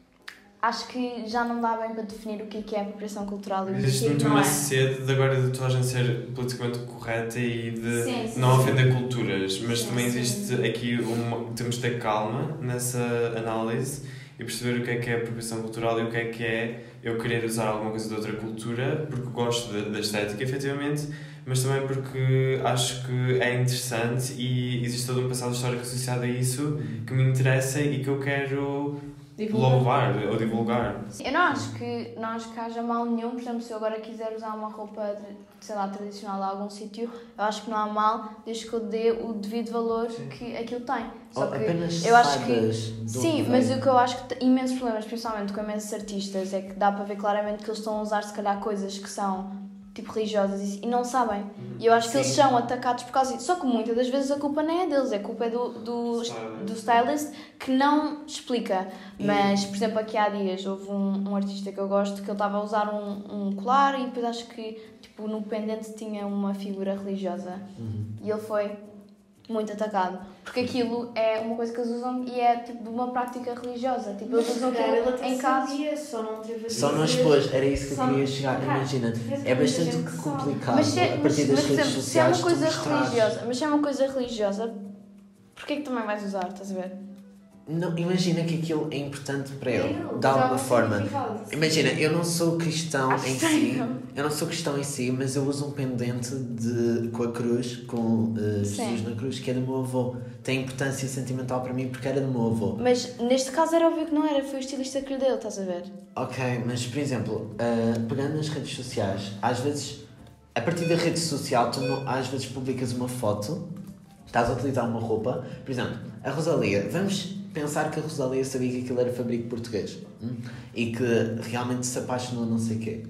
acho que já não dá bem para definir o que é apropriação cultural e o que Existe é muito não uma é. sede de agora de toda a gente ser politicamente correta e de sim, sim, não sim. ofender culturas, mas Sim, também sim. existe aqui uma, temos de ter calma nessa análise e perceber o que é que é apropriação cultural e o que é que é eu querer usar alguma coisa de outra cultura porque gosto da, da estética, efetivamente, mas também porque acho que é interessante e existe todo um passado histórico associado a isso que me interessa e que eu quero divulgar. louvar ou divulgar. Eu não acho, que, não acho que haja mal nenhum, por exemplo, se eu agora quiser usar uma roupa, sei lá, tradicional de algum sítio, eu acho que não há mal, desde que eu dê o devido valor Sim. que aquilo tem. Só que apenas eu acho que Sim, que mas o que eu acho que tem imensos problemas, principalmente com imensos artistas, é que dá para ver claramente que eles estão a usar se calhar coisas que são tipo religiosas e não sabem. E eu acho que Sim. eles são atacados por causa disso. Só que muitas das vezes a culpa nem é deles, a culpa é do, do, do stylist que não explica. Mas, por exemplo, aqui há dias houve um, um artista que eu gosto que ele estava a usar um, um colar e depois acho que tipo, no pendente tinha uma figura religiosa. Uhum. E ele foi muito atacado. Porque aquilo é uma coisa que eles usam e é tipo de uma prática religiosa. Tipo, eles usam aquilo em casos. Só não teve Só não expôs, era isso que eu queria chegar. Imagina, é bastante complicado mas se, a partir das mas, redes exemplo, sociais. Se é uma coisa religiosa, mas se é uma coisa religiosa, porquê que também vais usar? Estás a ver? Não, imagina que aquilo é importante para ele, de alguma forma. Imagina, eu não sou cristão Acho em si, eu não sou cristão em si, mas eu uso um pendente de, com a cruz, com uh, Jesus na cruz, que é do meu avô. Tem importância sentimental para mim porque era do meu avô. Mas neste caso era óbvio que não era, foi o estilista que lhe deu, estás a ver? Ok, mas por exemplo, uh, pegando nas redes sociais, às vezes, a partir da rede social, tu não, às vezes publicas uma foto, estás a utilizar uma roupa, por exemplo, a Rosalía, vamos pensar que a Rosalía sabia que aquilo era fabrico português hum? e que realmente se apaixonou não sei o quê.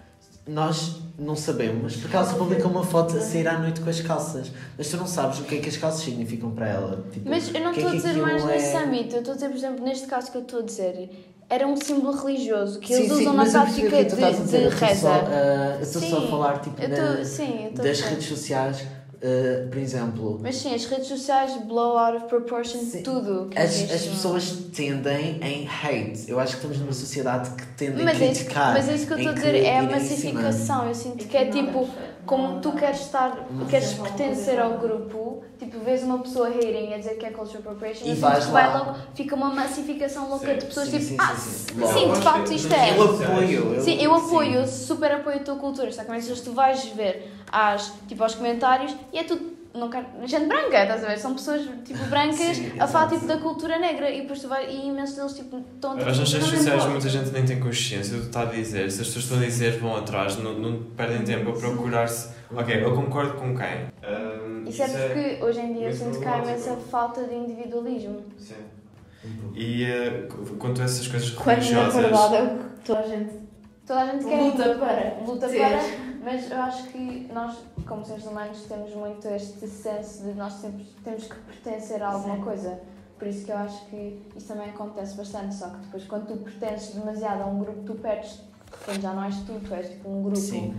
Nós não sabemos, porque ela se publica uma foto a sair à noite com as calças, mas tu não sabes o que é que as calças significam para ela. Tipo, mas eu não estou a dizer mais é... nesse âmbito, eu estou a dizer, por exemplo, neste caso que eu estou a dizer, era um símbolo religioso que eles sim, usam sim, na prática de, de, de reza. Uh, eu estou só a falar tipo, eu tô, na, sim, eu das redes sociais. Uh, por exemplo... Mas sim, as redes sociais blow out of proportion sim. tudo. As, as pessoas tendem em hate. Eu acho que estamos numa sociedade que tende mas a criticar. É isso, mas é isso que eu estou a dizer, é a massificação. Eu sinto que é tipo, como tu queres estar, queres pertencer ao grupo, tipo, vês uma pessoa hating a dizer que é cultural appropriation, e vais que vai logo, fica uma massificação louca sim, de pessoas sim, tipo, sim, ah, sim, sim. sim de facto isto é. Eu apoio. Eu, sim, eu apoio, eu super apoio a tua cultura, só que mas tu vais ver às, tipo, aos comentários e é tudo, não quero, gente branca, estás a ver? São pessoas tipo brancas sim, a falar tipo da cultura negra e depois tu vais, e imensos deles tipo estão a. As redes sociais muita gente nem tem consciência do que está a dizer, se as pessoas estão a dizer vão atrás, não, não perdem tempo a procurar-se, ok, eu concordo com quem? Um, isso, isso é porque é, hoje em dia eu sinto que há imensa falta de individualismo. Sim. E uh, quanto a essas coisas religiosas... Quando na verdade é o que toda a gente... Toda a gente quer luta para. Luta para, mas eu acho que nós, como seres humanos, temos muito este senso de nós sempre temos que pertencer a alguma Sim. coisa. Por isso que eu acho que isso também acontece bastante, só que depois quando tu pertences demasiado a um grupo, tu perdes, quando já não és tu, tu és tipo um grupo. Sim.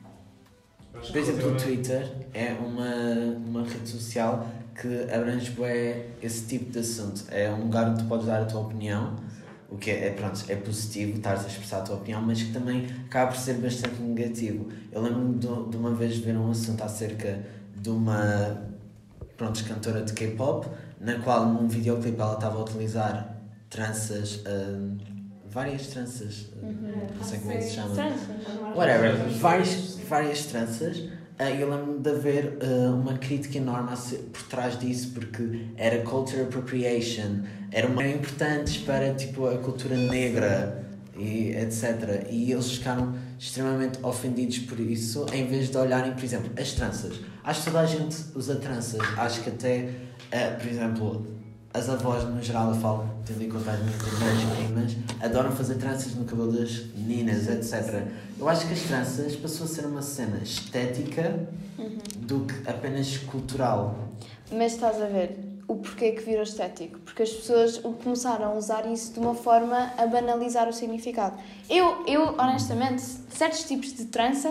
Por exemplo, o Twitter é uma, uma rede social que abrange bem esse tipo de assunto. É um lugar onde tu podes dar a tua opinião, o que é, é, pronto, é positivo, estares a expressar a tua opinião, mas que também acaba por ser bastante negativo. Eu lembro-me de, de uma vez ver um assunto acerca de uma pronto, cantora de K-pop, na qual num videoclipe ela estava a utilizar tranças, uh, várias tranças, uh, uhum. não sei como é que se chama. Whatever, várias, várias tranças. Uh, eu lembro-me de haver uh, uma crítica enorme por trás disso, porque era culture appropriation, era uma importantes para tipo, a cultura negra e etcétera. E eles ficaram extremamente ofendidos por isso, em vez de olharem, por exemplo, as tranças. Acho que toda a gente usa tranças. Acho que até, uh, por exemplo, as avós no geral, eu falo, tendo em conta as minhas irmãs e primas, adoram fazer tranças no cabelo das meninas, etcétera. Eu acho que as tranças passou a ser uma cena estética uhum. do que apenas cultural. Mas estás a ver o porquê que virou estético? Porque as pessoas começaram a usar isso de uma forma a banalizar o significado. Eu, eu honestamente, certos tipos de trança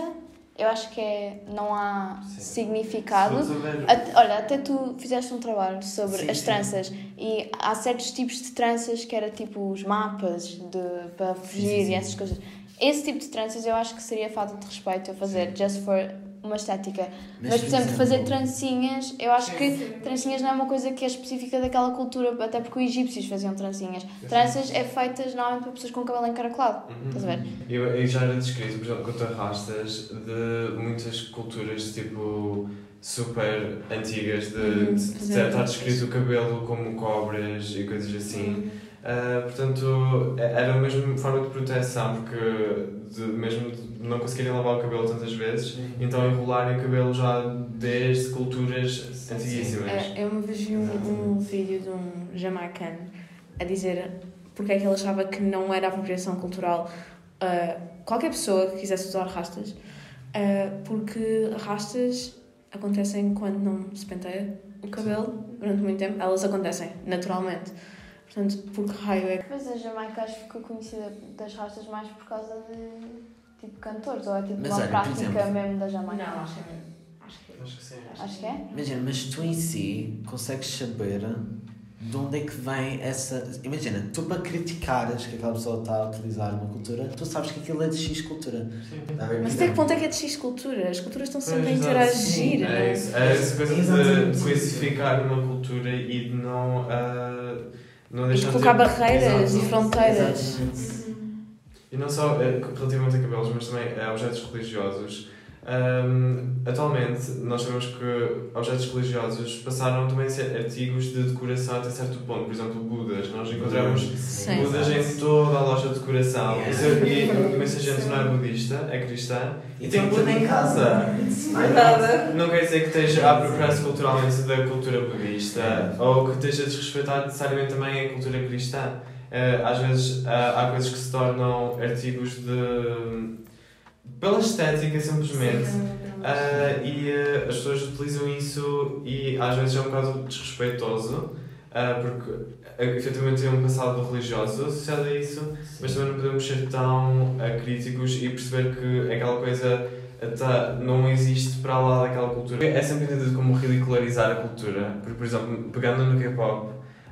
eu acho que é, não há sim. significado. Souber... Até, olha, até tu fizeste um trabalho sobre sim, as sim. tranças e há certos tipos de tranças que era tipo os mapas de, para fugir sim, sim, sim. e essas coisas. Esse tipo de tranças eu acho que seria falta de respeito eu fazer sim. just for uma estética. Mas, Mas por exemplo, fazer trancinhas, eu acho sim, que sim. trancinhas não é uma coisa que é específica daquela cultura, até porque os egípcios faziam trancinhas. Tranças é feitas normalmente para pessoas com cabelo encaracolado. Uhum. Estás a ver? Eu, eu já era descrito, por exemplo, quanto a rastas de muitas culturas tipo super antigas, de, uhum. de, de estar descrito o cabelo como cobras e coisas assim. Uhum. Uh, portanto, era a mesma forma de proteção, porque de, mesmo de não conseguirem lavar o cabelo tantas vezes, uhum. então enrolarem o cabelo já desde culturas antiguíssimas. É, eu uma vez vi um, um vídeo de um jamaicano a dizer porque é que ele achava que não era apropriação cultural uh, qualquer pessoa que quisesse usar rastas, uh, porque rastas acontecem quando não se penteia o cabelo durante muito tempo, elas acontecem naturalmente. Portanto, por que raio é que... Mas a Jamaica acho que ficou conhecida das rastas mais por causa de, tipo, cantores, ou é tipo mas uma olha, prática exemplo, mesmo da Jamaica? Não, acho que, acho que, acho que sim. Acho que é? Imagina, mas tu em si consegues saber de onde é que vem essa... Imagina, tu para criticares que aquela pessoa está a utilizar uma cultura, tu sabes que aquilo é de X cultura. Sim. Mas até que ponto é que é de X cultura? As culturas estão sempre a interagir. É, isso. É essa coisa de classificar uma cultura e de não... Uh, Não e de colocar de barreiras exato, e fronteiras. Exatamente. E não só relativamente a cabelos, mas também a objetos religiosos. Um, atualmente, nós sabemos que objetos religiosos passaram também a ser artigos de decoração até certo ponto. Por exemplo, Budas. Nós encontramos sim, Budas sim. em toda a loja de decoração. Yeah. E imensa gente não é budista, é cristã. E, e tem um Buda em casa. Não, não quer dizer que esteja a apropriar-se culturalmente da cultura budista ou que esteja a desrespeitar necessariamente também a cultura cristã. Uh, às vezes uh, há coisas que se tornam artigos de... pela estética, simplesmente. Sim, uh, e uh, as pessoas utilizam isso e às vezes é um bocado desrespeitoso, uh, porque uh, efetivamente tem um passado religioso associado a isso, sim. mas também não podemos ser tão uh, críticos e perceber que aquela coisa tá, não existe para lá daquela cultura. É sempre entendido como ridicularizar a cultura, porque, por exemplo, pegando no K-pop,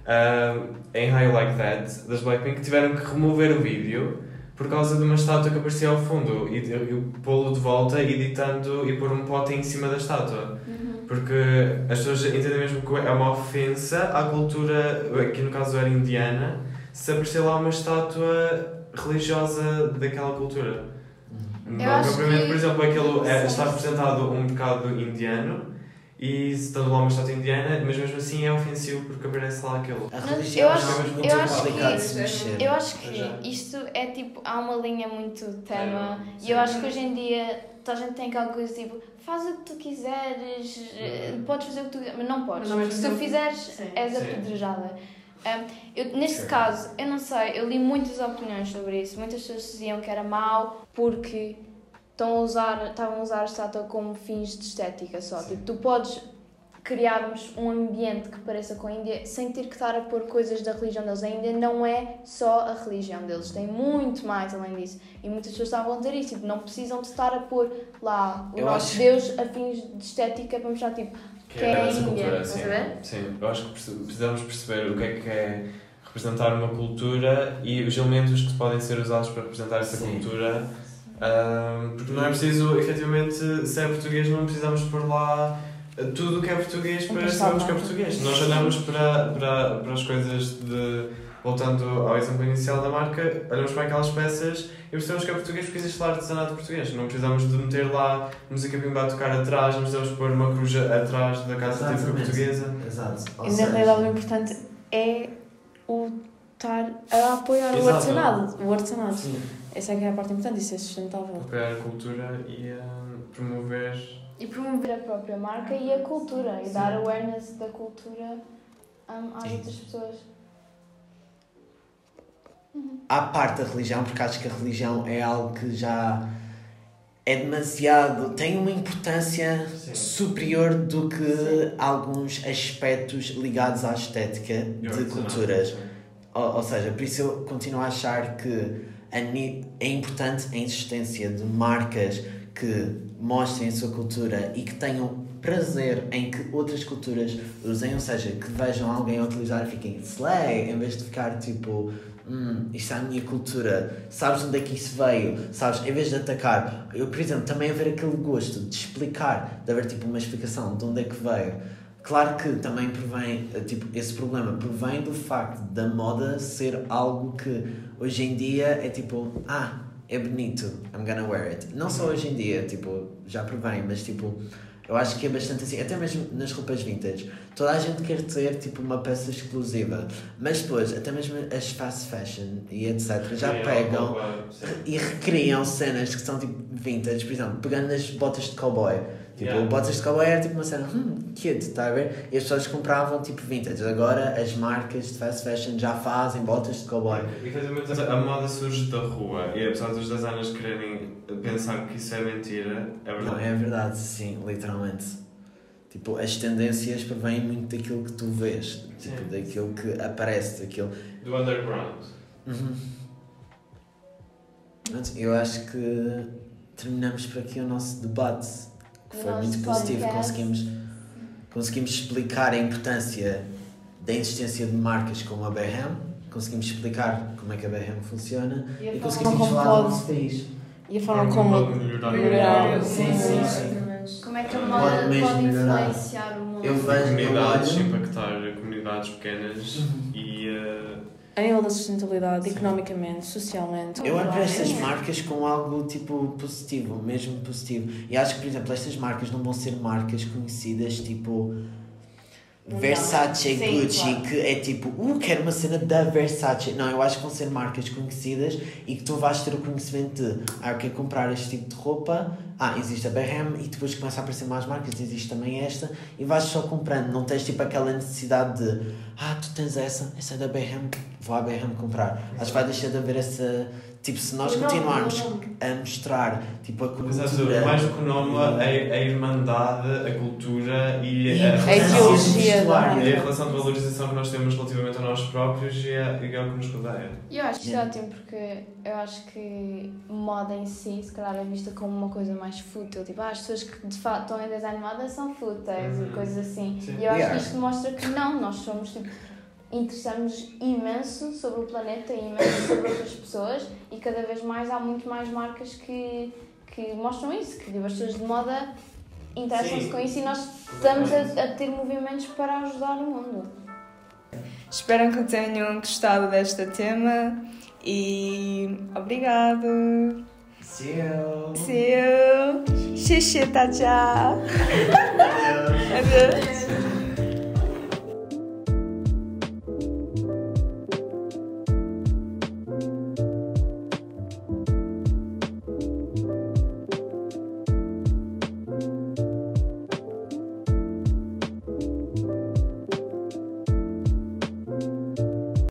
uh, em How You Like That, das Blackpink, tiveram que remover o vídeo por causa de uma estátua que aparecia ao fundo e, e pô-lo de volta editando e pôr um pote em cima da estátua. Uhum. Porque as pessoas entendem mesmo que é uma ofensa à cultura, que no caso era indiana, se aparecer lá uma estátua religiosa daquela cultura. Uhum. Não, propriamente, que... por exemplo, aquilo é, está representado um mercado indiano e estando lá uma estátua indiana, mas mesmo assim é ofensivo porque aparece lá aquilo. A religião eu acho, é mesmo eu acho complicado que, de se mexer. Eu acho que isto é tipo, há uma linha muito tênua é, e eu acho que hoje em dia toda a gente tem aquela coisa tipo, faz o que tu quiseres, uhum. podes fazer o que tu quiseres, mas não podes, não, porque se tu fizeres sim. és apedrejada. Um, eu, neste sim. caso, eu não sei, eu li muitas opiniões sobre isso, muitas pessoas diziam que era mau porque estão a usar, estavam a usar a estátua como fins de estética só. Tipo, tu podes criarmos um ambiente que pareça com a Índia sem ter que estar a pôr coisas da religião deles. A Índia não é só a religião deles, tem muito mais além disso. E muitas pessoas estavam a dizer isso, tipo, não precisam de estar a pôr lá o eu nosso acho... Deus a fins de estética para mostrar, tipo, que, que é, é a Índia. Cultura, sim. Saber? Sim, eu acho que precisamos perceber o que é que é representar uma cultura e os elementos que podem ser usados para representar essa sim. cultura. Um, porque não é preciso, efetivamente, se é português, não precisamos pôr lá tudo o que é português para sabermos que é português. Nós olhamos para, para, para as coisas de. Voltando ao exemplo inicial da marca, olhamos para aquelas peças e percebemos que é português porque existe lá artesanato português. Não precisamos de meter lá música pimba a tocar atrás, não precisamos pôr uma cruz atrás da casa típica portuguesa. Exato. E na realidade o importante é o estar a apoiar Exato. o artesanato. O artesanato. Sim. Essa é que é a parte importante, isso é sustentável. Apoiar a cultura e um, promover... E promover a própria marca e a cultura. Sim. E dar awareness da cultura um, às Sim. outras pessoas. Uhum. À parte da religião, porque acho que a religião é algo que já é demasiado... tem uma importância Sim. superior do que Sim. alguns aspectos ligados à estética Eu de culturas. Ou, ou seja, por isso eu continuo a achar que é importante a existência de marcas que mostrem a sua cultura e que tenham prazer em que outras culturas usem, ou seja, que vejam alguém a utilizar e fiquem slay, em vez de ficar tipo, hum, isto é a minha cultura, sabes onde é que isso veio, sabes, em vez de atacar, eu, por exemplo, também haver aquele gosto de explicar, de haver tipo uma explicação de onde é que veio. Claro que também provém, tipo, esse problema provém do facto da moda ser algo que hoje em dia é tipo, ah, é bonito, I'm gonna wear it. Não só hoje em dia, tipo, já provém, mas tipo, eu acho que é bastante assim, até mesmo nas roupas vintage. Toda a gente quer ter tipo uma peça exclusiva, mas depois, até mesmo as fast fashion e etcétera já pegam e recriam cenas que são tipo vintage, por exemplo, pegando nas botas de cowboy. Tipo, yeah. Botas de cowboy era tipo uma cena, hum, cute, está a ver? E as pessoas compravam tipo vintage. Agora as marcas de fast fashion já fazem botas de cowboy. Efetivamente a moda surge da rua e apesar dos designers quererem pensar que isso é mentira, é verdade. Não, é verdade, sim, literalmente. Tipo, as tendências provêm muito daquilo que tu vês, tipo, sim. Daquilo que aparece, daquilo... Do underground. Uhum. Eu acho que terminamos por aqui o nosso debate. Que foi muito positivo, conseguimos, conseguimos explicar a importância da existência de marcas como a B R M, conseguimos explicar como é que a B R M funciona e, e conseguimos falar do nosso país. E a forma como pode melhorar. melhorar. Sim, sim, sim. Como é que a moda pode, pode influenciar o mundo? Eu vejo comunidades, eu impactar comunidades pequenas uhum. e... Uh, a nível da sustentabilidade, sim. Economicamente, socialmente. Eu olho para estas marcas com algo tipo positivo, mesmo positivo. E acho que, por exemplo, estas marcas não vão ser marcas conhecidas tipo Versace, sim, Gucci, claro. Que é tipo, uh, quero uma cena da Versace. Não, eu acho que vão ser marcas conhecidas e que tu vais ter o conhecimento de, ah, eu quero comprar este tipo de roupa, ah, existe a B R M e depois começa a aparecer mais marcas, existe também esta e vais só comprando, não tens tipo aquela necessidade de, ah, tu tens essa, essa é da B R M, vou à B R M comprar. Acho que vai deixar de haver essa, tipo, se nós continuarmos a mostrar tipo a cultura... Exato, mais do que o nome, a, a irmandade, a cultura e, e a, a ideologia e a relação de valorização que nós temos relativamente a nós próprios e, a, e ao que nos rodeia. Eu acho que é ótimo porque eu acho que moda em si, se calhar é vista como uma coisa mais fútil, tipo, ah, as pessoas que de facto estão em design de moda são fúteis uhum. e coisas assim. Sim. E eu acho yeah. que isto mostra que não, nós somos tipo, interessamos imenso sobre o planeta, imenso sobre outras pessoas e cada vez mais há muito mais marcas que, que mostram isso, que tipo, as pessoas de moda interessam-se com isso e nós estamos a, a ter movimentos para ajudar o mundo. Espero que tenham gostado deste tema e obrigado! See you! See you! Xixi, tá, tchau! Adeus!